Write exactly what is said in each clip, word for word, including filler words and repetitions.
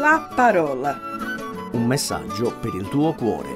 La parola. Un messaggio per il tuo cuore.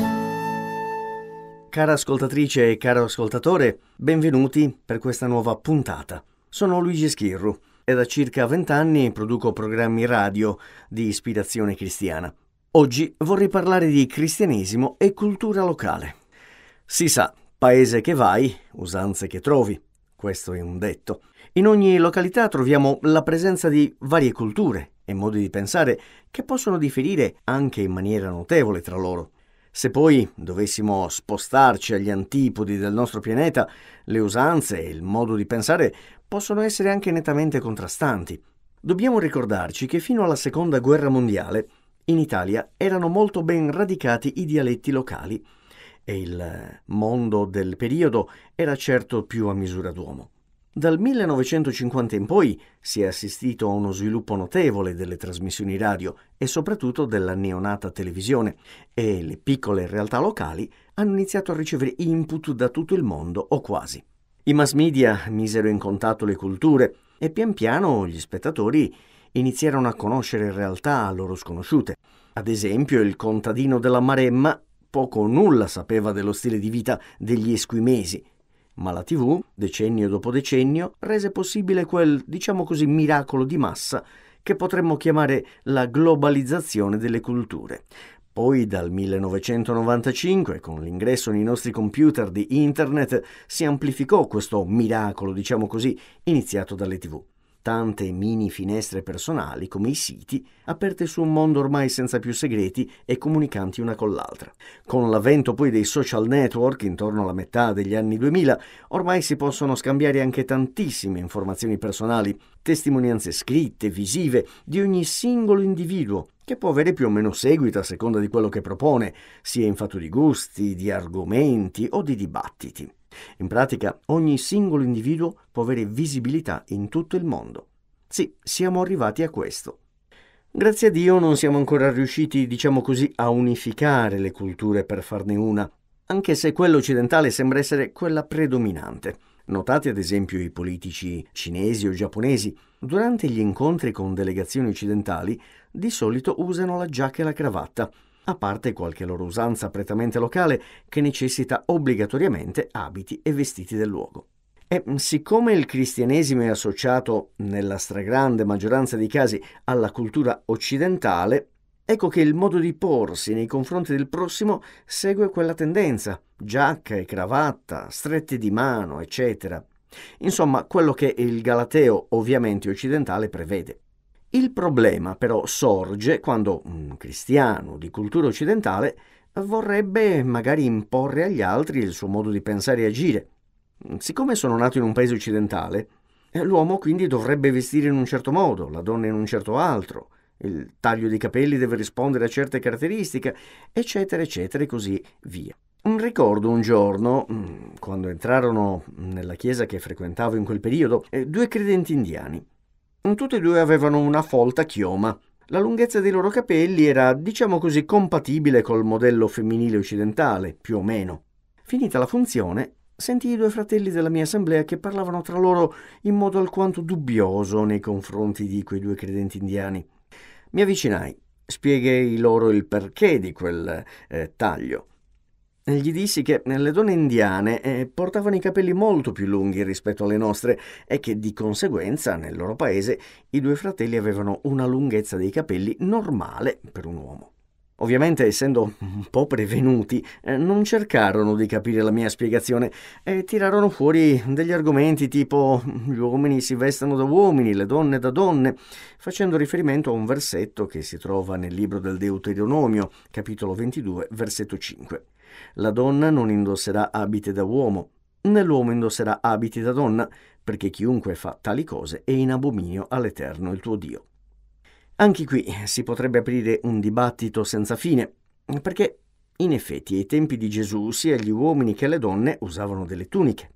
Cara ascoltatrice e caro ascoltatore, benvenuti per questa nuova puntata. Sono Luigi Schirru e da circa vent'anni produco programmi radio di ispirazione cristiana. Oggi vorrei parlare di cristianesimo e cultura locale. Si sa, paese che vai, usanze che trovi. Questo è un detto. In ogni località troviamo la presenza di varie culture e modi di pensare che possono differire anche in maniera notevole tra loro. Se poi dovessimo spostarci agli antipodi del nostro pianeta, le usanze e il modo di pensare possono essere anche nettamente contrastanti. Dobbiamo ricordarci che fino alla Seconda Guerra Mondiale in Italia erano molto ben radicati i dialetti locali e il mondo del periodo era certo più a misura d'uomo. Dal millenovecentocinquanta in poi si è assistito a uno sviluppo notevole delle trasmissioni radio e soprattutto della neonata televisione, e le piccole realtà locali hanno iniziato a ricevere input da tutto il mondo o quasi. I mass media misero in contatto le culture e pian piano gli spettatori iniziarono a conoscere realtà a loro sconosciute. Ad esempio, il contadino della Maremma poco o nulla sapeva dello stile di vita degli esquimesi, ma la tivù, decennio dopo decennio, rese possibile quel, diciamo così, miracolo di massa che potremmo chiamare la globalizzazione delle culture. Poi dal millenovecentonovantacinque, con l'ingresso nei nostri computer di Internet, si amplificò questo miracolo, diciamo così, iniziato dalle tivù. Tante mini finestre personali, come i siti, aperte su un mondo ormai senza più segreti e comunicanti una con l'altra. Con l'avvento poi dei social network, intorno alla metà degli anni duemila, ormai si possono scambiare anche tantissime informazioni personali, testimonianze scritte, visive, di ogni singolo individuo, che può avere più o meno seguito a seconda di quello che propone, sia in fatto di gusti, di argomenti o di dibattiti. In pratica, ogni singolo individuo può avere visibilità in tutto il mondo. Sì, siamo arrivati a questo. Grazie a Dio non siamo ancora riusciti, diciamo così, a unificare le culture per farne una, anche se quella occidentale sembra essere quella predominante. Notate ad esempio i politici cinesi o giapponesi, durante gli incontri con delegazioni occidentali, di solito usano la giacca e la cravatta, a parte qualche loro usanza prettamente locale che necessita obbligatoriamente abiti e vestiti del luogo. E siccome il cristianesimo è associato, nella stragrande maggioranza dei casi, alla cultura occidentale, ecco che il modo di porsi nei confronti del prossimo segue quella tendenza: giacca e cravatta, strette di mano, eccetera. Insomma, quello che il galateo ovviamente occidentale prevede. Il problema però sorge quando un cristiano di cultura occidentale vorrebbe magari imporre agli altri il suo modo di pensare e agire. Siccome sono nato in un paese occidentale, l'uomo quindi dovrebbe vestire in un certo modo, la donna in un certo altro, il taglio dei capelli deve rispondere a certe caratteristiche, eccetera, eccetera, e così via. Ricordo un giorno, quando entrarono nella chiesa che frequentavo in quel periodo, due credenti indiani. Tutti e due avevano una folta chioma. La lunghezza dei loro capelli era, diciamo così, compatibile col modello femminile occidentale, più o meno. Finita la funzione, sentii i due fratelli della mia assemblea che parlavano tra loro in modo alquanto dubbioso nei confronti di quei due credenti indiani. Mi avvicinai, spiegai loro il perché di quel eh, taglio. Gli dissi che le donne indiane eh, portavano i capelli molto più lunghi rispetto alle nostre e che di conseguenza nel loro paese i due fratelli avevano una lunghezza dei capelli normale per un uomo. Ovviamente, essendo un po' prevenuti, eh, non cercarono di capire la mia spiegazione e tirarono fuori degli argomenti tipo gli uomini si vestono da uomini, le donne da donne, facendo riferimento a un versetto che si trova nel libro del Deuteronomio, capitolo ventidue, versetto cinque. La donna non indosserà abiti da uomo, né l'uomo indosserà abiti da donna, perché chiunque fa tali cose è in abominio all'Eterno il tuo Dio. Anche qui si potrebbe aprire un dibattito senza fine, perché in effetti ai tempi di Gesù sia gli uomini che le donne usavano delle tuniche.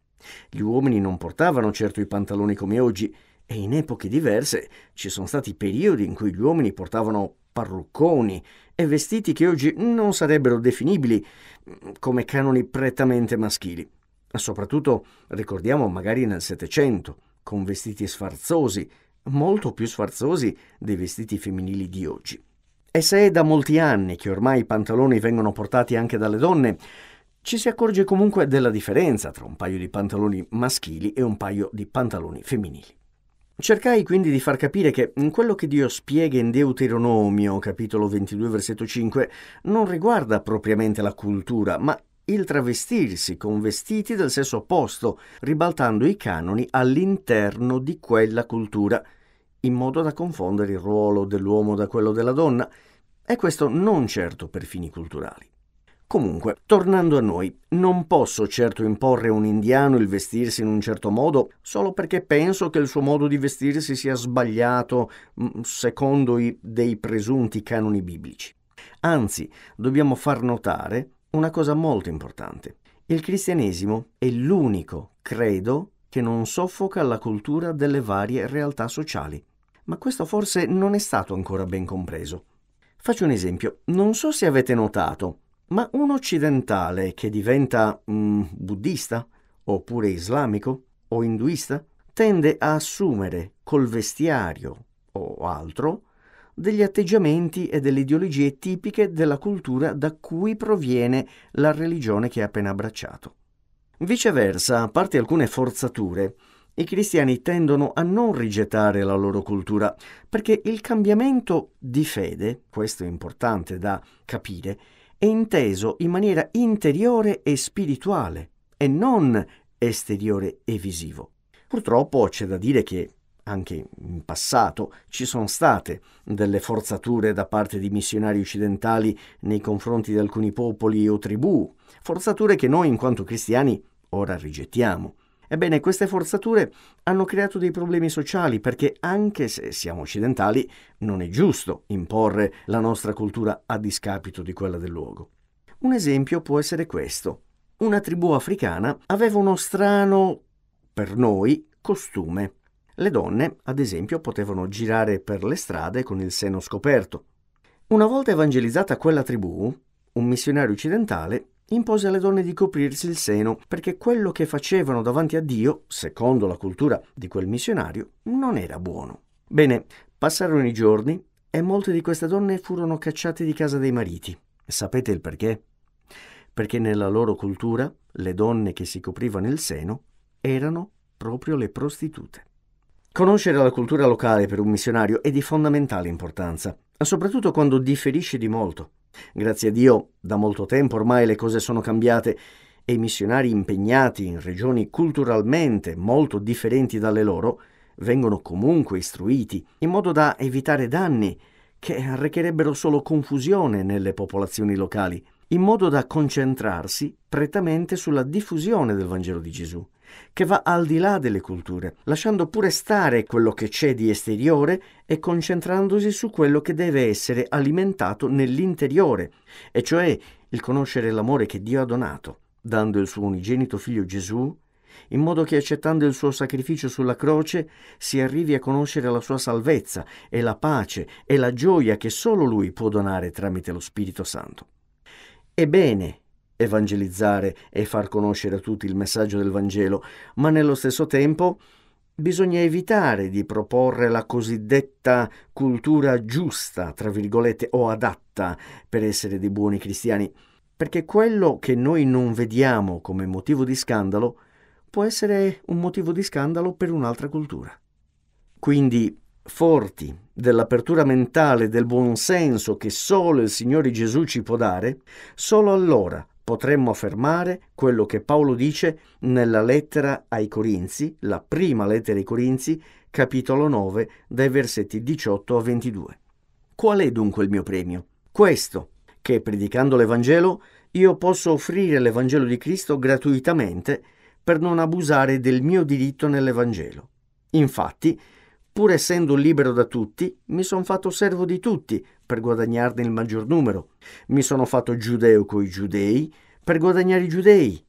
Gli uomini non portavano certo i pantaloni come oggi, e in epoche diverse ci sono stati periodi in cui gli uomini portavano parrucconi e vestiti che oggi non sarebbero definibili come canoni prettamente maschili. Soprattutto ricordiamo magari nel Settecento, con vestiti sfarzosi molto più sfarzosi dei vestiti femminili di oggi. E se è da molti anni che ormai i pantaloni vengono portati anche dalle donne, ci si accorge comunque della differenza tra un paio di pantaloni maschili e un paio di pantaloni femminili. Cercai quindi di far capire che quello che Dio spiega in Deuteronomio, capitolo ventidue, versetto cinque, non riguarda propriamente la cultura, ma il travestirsi con vestiti del sesso opposto, ribaltando i canoni all'interno di quella cultura, in modo da confondere il ruolo dell'uomo da quello della donna, e questo non certo per fini culturali. Comunque, tornando a noi, non posso certo imporre a un indiano il vestirsi in un certo modo solo perché penso che il suo modo di vestirsi sia sbagliato secondo i dei presunti canoni biblici. Anzi, dobbiamo far notare una cosa molto importante. Il cristianesimo è l'unico credo che non soffoca la cultura delle varie realtà sociali. Ma questo forse non è stato ancora ben compreso. Faccio un esempio. Non so se avete notato, ma un occidentale che diventa mm, buddista, oppure islamico, o induista, tende a assumere col vestiario o altro degli atteggiamenti e delle ideologie tipiche della cultura da cui proviene la religione che ha appena abbracciato. Viceversa, a parte alcune forzature, i cristiani tendono a non rigettare la loro cultura, perché il cambiamento di fede, questo è importante da capire, è inteso in maniera interiore e spirituale e non esteriore e visivo. Purtroppo c'è da dire che anche in passato ci sono state delle forzature da parte di missionari occidentali nei confronti di alcuni popoli o tribù, forzature che noi in quanto cristiani ora rigettiamo. Ebbene, queste forzature hanno creato dei problemi sociali perché anche se siamo occidentali non è giusto imporre la nostra cultura a discapito di quella del luogo. Un esempio può essere questo. Una tribù africana aveva uno strano, per noi, costume. Le donne, ad esempio, potevano girare per le strade con il seno scoperto. Una volta evangelizzata quella tribù, un missionario occidentale impose alle donne di coprirsi il seno perché quello che facevano davanti a Dio, secondo la cultura di quel missionario, non era buono. Bene, passarono i giorni e molte di queste donne furono cacciate di casa dai mariti. Sapete il perché? Perché nella loro cultura le donne che si coprivano il seno erano proprio le prostitute. Conoscere la cultura locale per un missionario è di fondamentale importanza, soprattutto quando differisce di molto. Grazie a Dio, da molto tempo ormai le cose sono cambiate e i missionari impegnati in regioni culturalmente molto differenti dalle loro vengono comunque istruiti in modo da evitare danni che arrecherebbero solo confusione nelle popolazioni locali, in modo da concentrarsi prettamente sulla diffusione del Vangelo di Gesù, che va al di là delle culture, lasciando pure stare quello che c'è di esteriore e concentrandosi su quello che deve essere alimentato nell'interiore, e cioè il conoscere l'amore che Dio ha donato, dando il suo unigenito figlio Gesù, in modo che accettando il suo sacrificio sulla croce si arrivi a conoscere la sua salvezza e la pace e la gioia che solo Lui può donare tramite lo Spirito Santo. È bene evangelizzare e far conoscere a tutti il messaggio del Vangelo, ma nello stesso tempo bisogna evitare di proporre la cosiddetta cultura giusta, tra virgolette, o adatta per essere dei buoni cristiani, perché quello che noi non vediamo come motivo di scandalo può essere un motivo di scandalo per un'altra cultura. Quindi, forti dell'apertura mentale e del buon senso che solo il Signore Gesù ci può dare, solo allora potremmo affermare quello che Paolo dice nella lettera ai Corinzi, la prima lettera ai Corinzi, capitolo nove, dai versetti diciotto a ventidue. Qual è dunque il mio premio? Questo, che predicando l'Evangelo io posso offrire l'Evangelo di Cristo gratuitamente per non abusare del mio diritto nell'Evangelo. Infatti, pur essendo libero da tutti, mi son fatto servo di tutti per guadagnarne il maggior numero. Mi sono fatto giudeo coi giudei per guadagnare i giudei.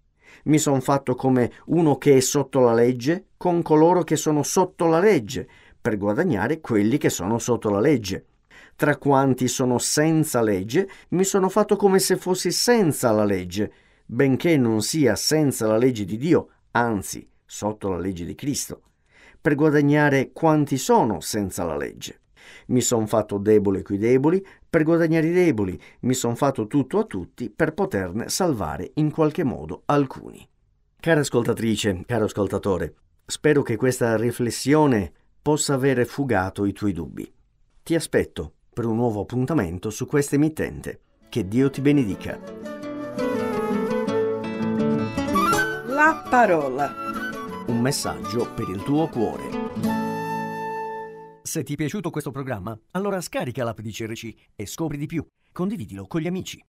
Mi son fatto come uno che è sotto la legge con coloro che sono sotto la legge per guadagnare quelli che sono sotto la legge. Tra quanti sono senza legge, mi sono fatto come se fossi senza la legge, benché non sia senza la legge di Dio, anzi, sotto la legge di Cristo, per guadagnare quanti sono senza la legge. Mi son fatto debole coi deboli per guadagnare i deboli, mi son fatto tutto a tutti per poterne salvare in qualche modo alcuni. Cara ascoltatrice, caro ascoltatore, spero che questa riflessione possa avere fugato i tuoi dubbi. Ti aspetto per un nuovo appuntamento su questa emittente. Che Dio ti benedica. La parola. Un messaggio per il tuo cuore. Se ti è piaciuto questo programma, allora scarica l'app di C R C e scopri di più. Condividilo con gli amici.